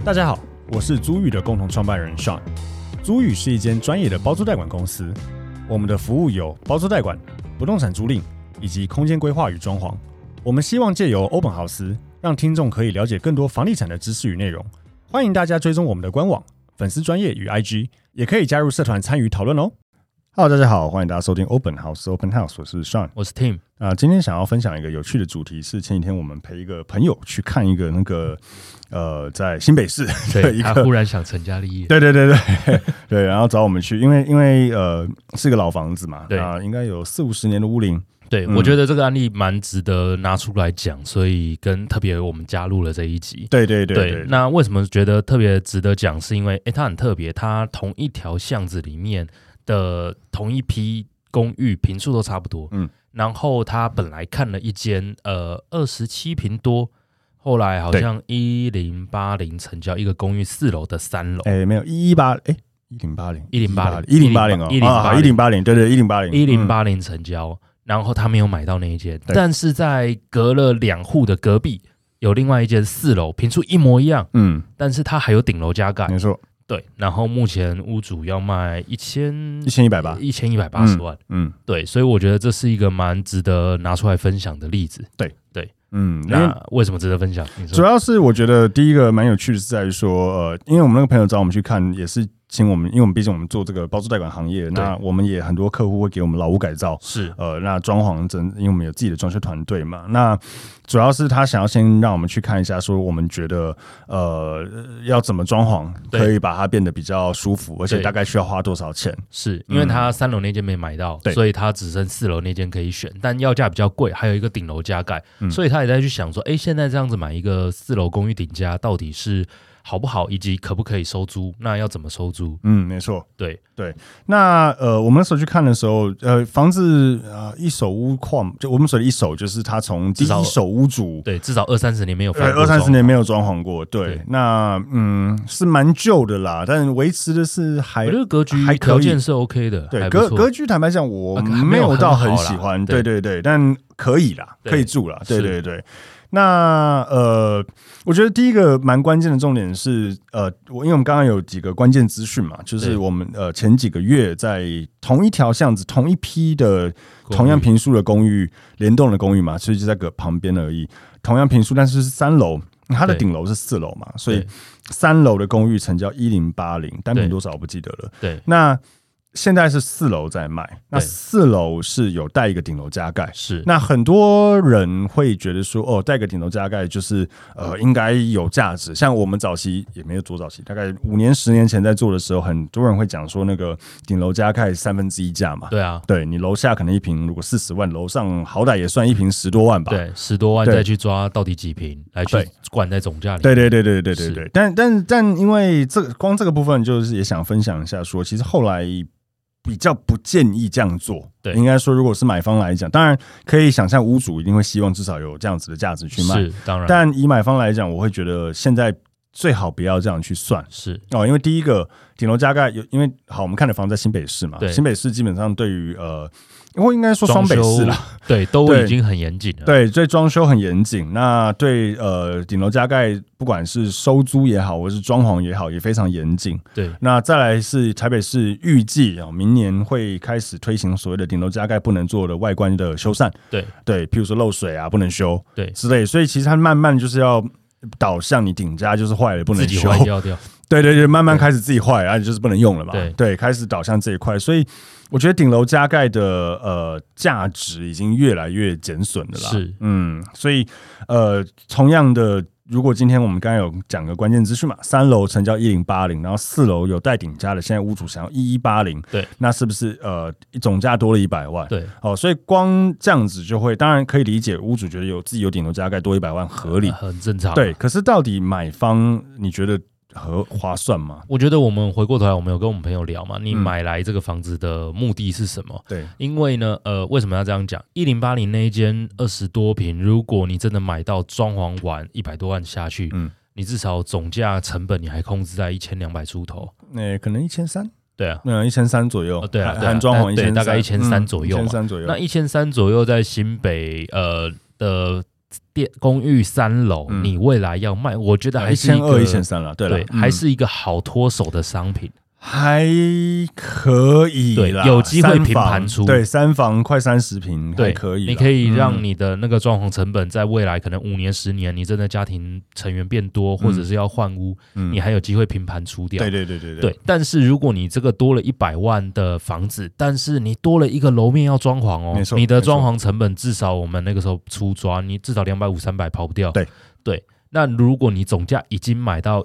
大家好，我是租宇的共同创办人 Sean。租宇是一间专业的包租代管公司，我们的服务有包租代管、不动产租赁以及空间规划与装潢。我们希望借由欧本豪斯，让听众可以了解更多房地产的知识与内容。欢迎大家追踪我们的官网、粉丝专页与 IG， 也可以加入社团参与讨论哦。Hello， 大家好，欢迎大家收听 Open House， 我是 Sean， 我是 Tim。 今天想要分享一个有趣的主题，是前几天我们陪一个朋友去看一个在新北市的一个， 他忽然想成家立业， 对，然后找我们去，因为是个老房子嘛，应该有40-50年的屋龄。 对，我觉得这个案例蛮值得拿出来讲，所以特别我们加入了这一集。对，那为什么觉得特别值得讲？是因为它很特别，它同一条巷子里面的同一批公寓坪数都差不多，然后他本来看了一间27坪多，后来好像1080成交，一个公寓4楼的3楼， 没有11080，哦，1080，对 1080成交，然后他没有买到那一间，但是在隔了2户的隔壁有另外一间4楼，坪数一模一样，但是它还有顶楼加盖， 没错。 对，然后目前屋主要卖1180万，对，所以我觉得这是一个蛮值得拿出来分享的例子。对，那为什么值得分享？ 主要是我觉得第一个蛮有趣的是在于说，因为我们那个朋友找我们去看，也是请我们，因为毕竟我们做这个包租代管行业，那我们也很多客户会给我们老屋改造， 是那装潢因为我们有自己的装修团队嘛，那主要是他想要先让我们去看一下，说我们觉得要怎么装潢可以把它变得比较舒服，而且大概需要花多少钱？ 是因为他3楼那间没买到，所以他只剩4楼那间可以选，但要价比较贵，还有一个顶楼加盖，所以他也在去想说，现在这样子买一个4楼公寓顶加到底是好不好，以及可不可以收租？那要怎么收租？ 没错， 对。 那我们那时候去看的时候，房子一手屋况，就我们说的一手，就是他从第一手屋主， 对，至少20-30年没有翻过 ，20-30年没有装潢过，对。那是蛮旧的啦，但维持的是我觉得格局条件是 OK 的， 对，格局坦白讲我没有到很喜欢，对，但可以啦，可以住啦，对。那我觉得第一个蛮关键的重点是因为我们刚刚有几个关键资讯嘛，就是我们前几个月在同一条巷子同一批的同样坪数的公寓联动的公寓嘛，所以就在个旁边而已，同样坪数，但是是3楼，它的顶楼是4楼嘛，所以3楼的公寓成交1080，单坪多少我不记得了。 对， 那现在是4楼在卖，那4楼是有带一个顶楼加盖， 是那很多人会觉得说，带个顶楼加盖就是应该有价值。像我们早期也没有多早期，大概5年10年前在做的时候，很多人会讲说那个顶楼加盖1/3价嘛， 对啊， 对你楼下可能一坪如果40万，楼上好歹也算一坪10多万吧， 对，10多万再去抓到底几坪来去灌在总价里， 对，但因为光这个部分，就是也想分享一下说，其实后来比较不建议这样做，对，应该说，如果是买方来讲，当然可以想象屋主一定会希望至少有这样子的价值去卖， 是当然。 但以买方来讲，我会觉得现在最好不要这样去算， 是因为第一个顶楼加盖因为好，我们看的房子在新北市嘛，新北市基本上对于因为应该说双北市啦， 对，都已经很严谨了， 对，所以装修很严谨。那对顶楼加盖，不管是收租也好，或是装潢也好，也非常严谨。 对， 那再来是台北市预计明年会开始推行所谓的顶楼加盖不能做的外观的修缮，对，譬如说漏水啊不能修，对之类，所以其实它慢慢就是要导向你顶加就是坏了不能修， 自己坏掉， 对，慢慢开始自己坏，然后就是不能用了嘛，对，开始导向这一块，所以我觉得顶楼加盖的价值已经越来越减损了啦， 是， 所以同样的，如果今天我们刚才有讲个关键资讯嘛，3楼成交1080，然后4楼有带顶加的，现在屋主想要1180，对，那是不是总价多了100万？ 对， 所以光这样子就会，当然可以理解屋主觉得自己有顶楼加盖多100万合理， 很正常， 对。可是到底买方你觉得划算吗？ 我觉得我们回过头来，我们有跟我们朋友聊嘛，你买来这个房子的目的是什么？ 对， 因为呢，为什么要这样讲？1080那一间20多坪，如果你真的买到装潢完100多万下去，你至少总价成本你还控制在1200出头， 可能1300。 对啊 ，1300左右， 对啊， 含装潢1300， 大概1300左右嘛， 1300左右。 那1300左右在新北的公寓3楼，你未来要卖，我觉得还是 1200、1300了，对， 还是一个好脱手的商品。 还可以啦， 有机会平盘出， 对，3房快30平，还可以。 你可以让你的那个装潢成本在未来可能5年、10年，你真的家庭成员变多，或者是要换屋，你还有机会平盘出掉。 对。 但是如果你这个多了100万的房子，但是你多了一个楼面要装潢哦，你的装潢成本至少我们那个时候粗抓，你至少250、300跑不掉。对。那如果你总价已经买到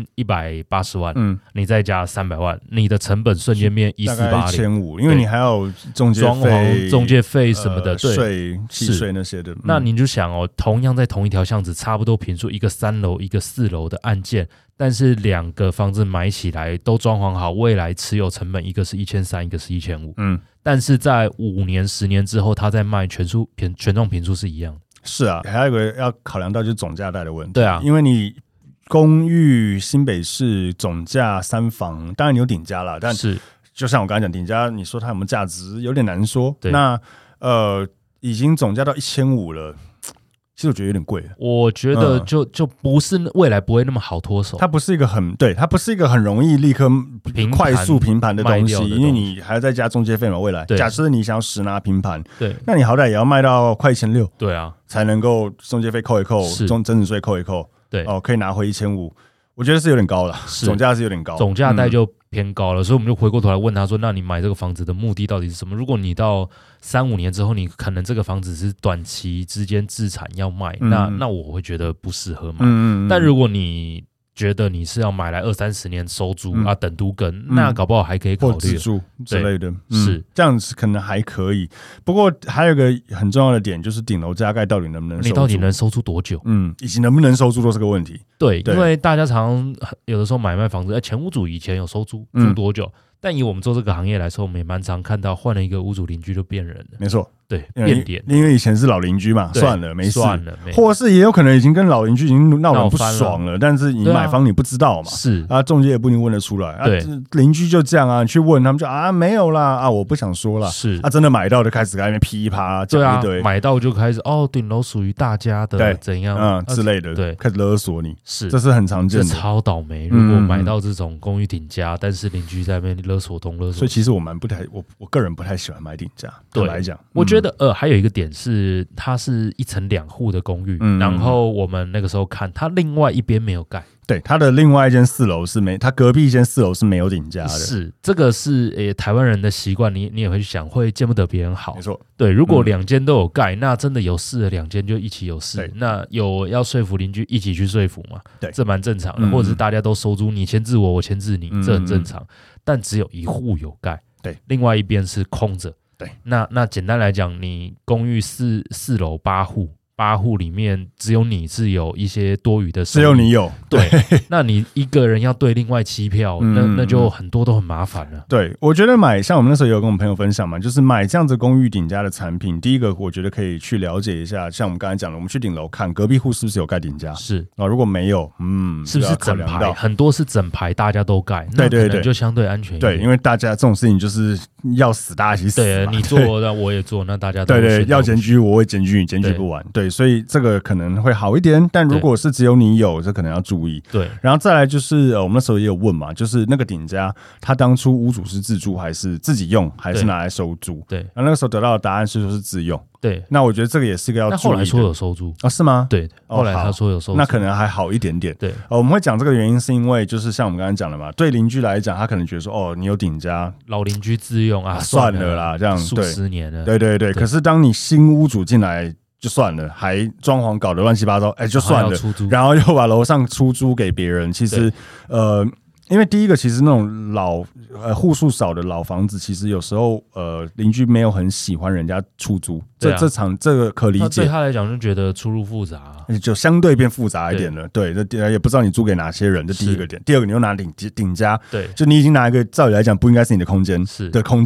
1180万，你再加300万，你的成本瞬间变1480，大概1500，因为你还有中介费什么的， 税、契税那些的。 那你就想哦，同样在同一条巷子，差不多坪数，一个3楼，一个4楼的案件，但是2个房子买起来都装潢好，未来持有成本一个是1300，一个是1500，但是在5年、10年之后，它在卖全幢坪数是一样的。 是啊，还有一个要考量到就是总价带的问题。 对啊， 因为你公寓新北市总价3房，当然你有顶加啦，但是就像我刚才讲，顶加你说它有没有价值，有点难说。那已经总价到1500了。其实我觉得有点贵了， 我觉得就不是未来不会那么好脱手， 它不是一个很容易立刻快速平盘的东西，因为你还要再加中介费嘛。未来假设你想要10拿平盘，那你好歹也要卖到快1600， 对啊， 才能够中介费扣一扣，增值税扣一扣，可以拿回1500。我觉得是有点高了，总价是有点高， 总价带就偏高了，所以我们就回过头来问他说：“那你买这个房子的目的到底是什么？如果你到3-5年之后，你可能这个房子是短期之间自产要卖，那我会觉得不适合买。但如果你觉得你是要买来20-30年收租等都更，那搞不好还可以考虑或自住之类的，是这样子可能还可以。不过还有一个很重要的点就是顶楼加盖到底能不能收租， 你到底能收租多久？ 以及能不能收租都是个问题。 对，因为大家常有的时候买卖房子，前屋主以前有收租，租多久？但以我们做这个行业来说，我们也蛮常看到换了一个屋主邻居就变人了。 没错， 对，变脸， 因为以前是老邻居嘛，算了，没事，或是也有可能已经跟老邻居已经闹得不爽了，但是你买房你不知道嘛， 是啊，中介也不一定问得出来，对，邻居就这样啊，你去问他们就没有啦，我不想说啦， 是真的买到就开始在那边噼啪讲一堆， 买到就开始顶楼属于大家的，怎样之类的，对，开始勒索你，这是很常见的， 超倒霉。如果买到这种公寓顶加，但是邻居在那边勒索东勒索， 所以其实我个人不太喜欢买顶加，对来讲， 我觉得还有一个点是，它是1层2户的公寓，然后我们那个时候看，它另外一边没有盖。 对，它的另外一间4楼是它隔壁一间4楼是没有顶加的。 是，这个是台湾人的习惯，你也会去想，会见不得别人好。 没错， 对，如果2间都有盖，那真的有事了，2间就一起有事。那有要说服邻居一起去说服嘛？对，这蛮正常的。或者是大家都收租，你签字我签字你，这很正常。但只有一户有盖，对，另外一边是空着。对，那简单来讲，你公寓4楼8户里面只有你是有一些多余的收益， 只有你有， 对，那你一个人要对另外7票，那就很多都很麻烦了。 对，我觉得像我们那时候也有跟我们朋友分享嘛，就是买这样子公寓顶加的产品，第一个我觉得可以去了解一下，像我们刚才讲的，我们去顶楼看隔壁户是不是有盖顶加，是如果没有， 是不是整排？很多是整排大家都盖， 对对对， 就相对安全一点。 对，因为大家这种事情就是要死大家一起死， 对，你做那我也做，那大家都对要检举我会检举你，检举不完，对。所以这个可能会好一点，但如果是只有你有，这可能要注意。对，然后再来就是我们那时候也有问嘛，就是那个顶加他当初屋主是自住还是自己用，还是拿来收租？对，然后那个时候得到的答案是说是自用。对，那我觉得这个也是个要注意的。 那后来说有收租是吗？ 对，后来他说有收租， 那可能还好一点点。对，我们会讲这个原因是因为就是像我们刚才讲的嘛，对邻居来讲，他可能觉得说你有顶加， 老邻居自用算了啦，这样数10年了。 对对对，可是当你新屋主进来就算了，还装潢搞得乱七八糟，就算了，然后又把楼上出租给别人，其实因为第一个，其实那种户数少的老房子，其实有时候邻居没有很喜欢人家出租，这个可理解。 对他来讲就觉得出入复杂， 就相对变复杂一点了。对，也不知道你租给哪些人，这第一个点。第二个，你又拿顶加，对，就你已经拿一个照理来讲不应该是你的空间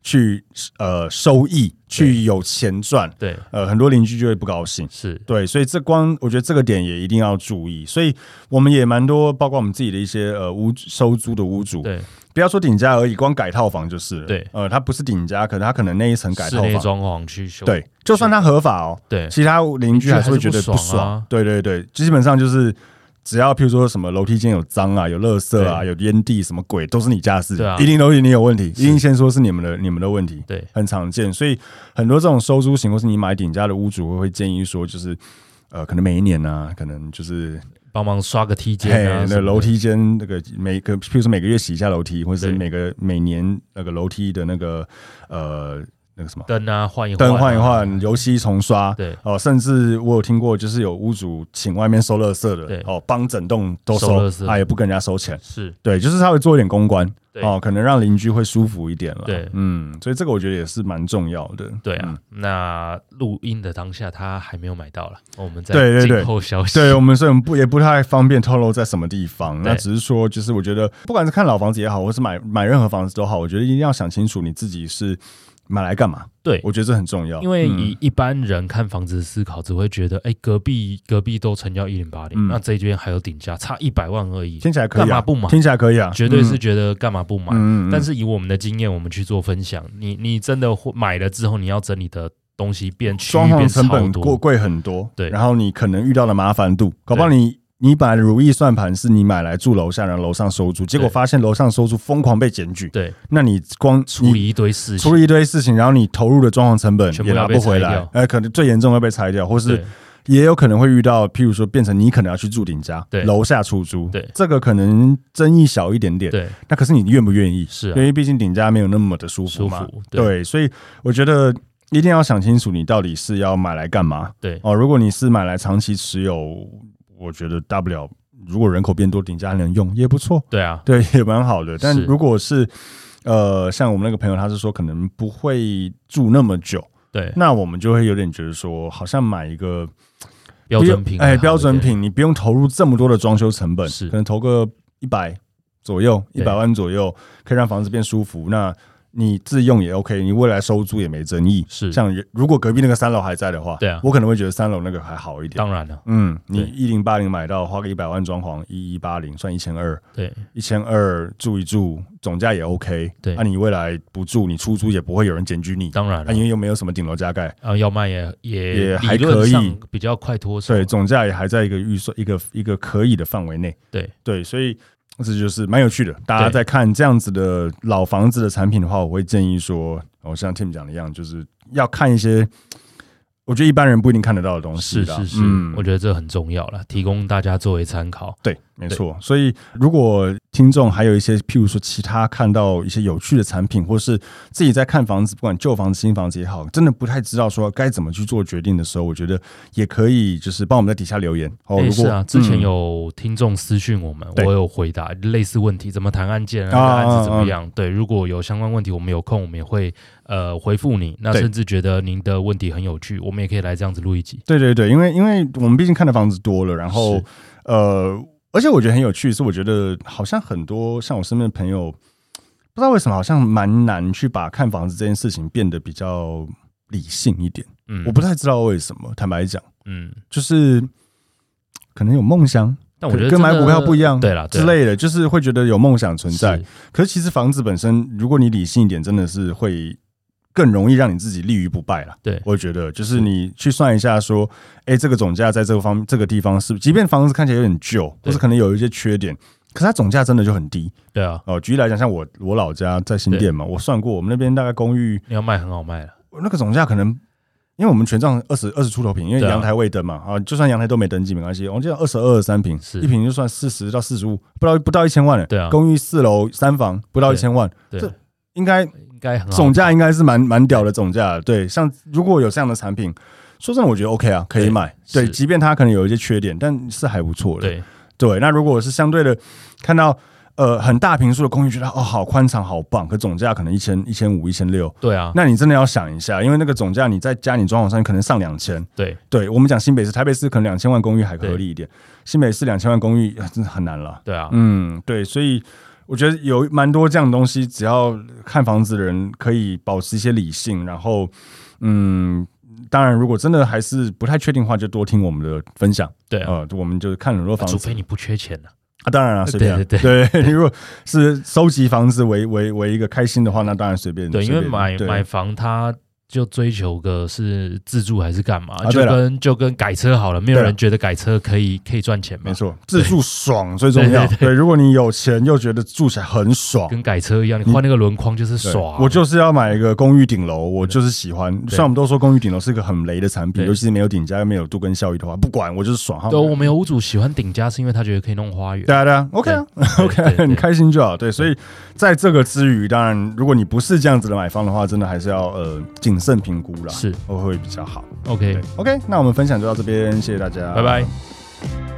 去收益，去有钱赚， 对， 很多邻居就会不高兴， 是对，所以我觉得这个点也一定要注意。所以我们也蛮多，包括我们自己的一些收租的屋主， 对， 不要说顶家而已，光改套房就是了， 对， 他不是顶家，可能他可能那一层改套房，室内装潢去修， 对，就算他合法哦， 对， 其他邻居还是会觉得不爽，对对对，基本上就是。只要譬如说什么楼梯间有脏啊、有垃圾啊、有烟蒂，什么鬼都是你家的事情，一定都是你有问题，一定先说是你们的问题， 对， 很常见。所以很多这种收租型或是你买顶家的屋主会建议说，就是可能每一年啊，可能就是帮忙刷个梯间啊， 那楼梯间那个譬如说每个月洗一下楼梯，或者是每年那个楼梯的那个那个什么灯啊换一换，油漆重刷， 对甚至我有听过，就是有屋主请外面收垃圾的， 对帮整栋都收，他也不跟人家收钱， 是对，就是他会做一点公关，可能让邻居会舒服一点了， 对， 所以这个我觉得也是蛮重要的， 对啊。那录音的当下他还没有买到了，我们在静候消息， 对，我们所以也不太方便透露在什么地方，那只是说，就是我觉得不管是看老房子也好，或是买任何房子都好，我觉得一定要想清楚你自己是。买来干嘛？ 对， 我觉得这很重要。 因为以一般人看房子的思考，只会觉得，隔壁都成交1080，那这一间还有顶价，差100万而已， 听起来可以， 干嘛不买？ 听起来可以啊， 绝对是觉得干嘛不买？但是以我们的经验，我们去做分享，你真的买了之后，你要整理的东西变装潢成本贵很多， 对， 然后你可能遇到的麻烦度，搞不好你本来的如意算盘是你买来住楼下，然后楼上收租，结果发现楼上收租疯狂被检举， 对， 那你光处理一堆事情， 然后你投入的装潢成本也拿不回来，可能最严重要被拆掉，或是也有可能会遇到，譬如说变成你可能要去住顶家，楼下出租， 对， 这个可能争议小一点点， 对， 那可是你愿不愿意？ 是， 因为毕竟顶家没有那么的舒服嘛，对，所以我觉得一定要想清楚，你到底是要买来干嘛？ 对， 如果你是买来长期持有，我觉得大不了。如果人口变多，顶家还能用也不错， 对啊， 对，也蛮好的。但如果是像我们那个朋友，他是说可能不会住那么久， 对， 那我们就会有点觉得说，好像买一个标准品， 标准品，你不用投入这么多的装修成本， 是可能投个100左右，100万左右，可以让房子变舒服。那你自用也 OK， 你未来收租也没争议。 是， 像如果隔壁那个3楼还在的话， 对啊， 我可能会觉得3楼那个还好一点。 当然了， 你1080买到，花个100万装潢，1180算1200， 对 ，1200住一住，总价也 OK。 对， 那你未来不住，你出租也不会有人检举你。 当然了， 因为又没有什么顶楼加盖， 要卖也还可以， 比较快脱手。 对，总价也还在一个预算一个可以的范围内。对，所以。这就是蛮有趣的，大家在看这样子的老房子的产品的话，我会建议说，像 Tim 讲的一样，就是要看一些我觉得一般人不一定看得到的东西。 是，我觉得这很重要啦，提供大家作为参考。 对，没错。所以如果听众还有一些譬如说其他看到一些有趣的产品，或是自己在看房子，不管旧房子新房子也好，真的不太知道说该怎么去做决定的时候，我觉得也可以就是帮我们在底下留言。 是啊，之前有听众私讯我们，我有回答类似问题，怎么谈案件啊，案子怎么样。对，如果有相关问题，我们有空我们也会回复你。那甚至觉得您的问题很有趣，我们也可以来这样子录一集。 对，因为我们毕竟看的房子多了，然后而且我觉得很有趣，是我觉得好像很多像我身边的朋友，不知道为什么好像蛮难去把看房子这件事情变得比较理性一点。我不太知道为什么，坦白讲，就是可能有梦想， 但我觉得跟买股票不一样， 对啦之类的，就是会觉得有梦想存在。可是其实房子本身，如果你理性一点，真的是会更容易让你自己立于不败啦。 对， 我觉得就是你去算一下说，这个总价在这个地方是，即便房子看起来有点旧，或是可能有一些缺点，可是它总价真的就很低。 对啊， 举例来讲，像我老家在新店嘛，我算过，我们那边大概公寓你要卖很好卖了， 那个总价可能，因为我们全幢20出头平，因为阳台未登嘛，就算阳台都没登记没关系，我记得22、23平，一平就算40到45，不到1000万了。 对啊， 公寓4楼3房不到1000万，这应该很好， 总价应该是蛮屌的总价。对，像如果有这样的产品，说真的，我觉得 OK 啊，可以买。对，即便它可能有一些缺点，但是还不错的。对，那如果是相对的看到很大坪数的公寓，觉得好宽敞好棒，可总价可能1000、1500、1600。 对啊， 那你真的要想一下，因为那个总价你再加你装潢上可能上2000。对，我们讲新北市、台北市可能2000万公寓还合理一点，新北市2000万公寓真的很难了。 对啊， 对，所以我觉得有蛮多这样的东西，只要看房子的人可以保持一些理性，然后当然如果真的还是不太确定的话，就多听我们的分享。 对我们就是看很多房子， 除非你不缺钱了。 当然了，随便。对，你如果是收集房子为一个开心的话，那当然随便。 对，因为买房它就追求个是自住还是干嘛，就跟改车好了，没有人觉得改车可以赚钱嘛。 没错，自住爽最重要。对，如果你有钱又觉得住起来很爽， 跟改车一样，你换那个轮框就是爽。 我就是要买一个公寓顶楼，我就是喜欢。虽然我们都说公寓顶楼是一个很雷的产品，尤其是没有顶加又没有杜根效益的话，不管我就是爽。 对，我们有屋主喜欢顶加，是因为他觉得可以弄花园。 对啊 ，OK， 你开心就好。对，所以在这个之余，当然如果你不是这样子的买方的话，真的还是要谨慎评估啦， 是会比较好。 OK， 那我们分享就到这边，谢谢大家， 拜拜。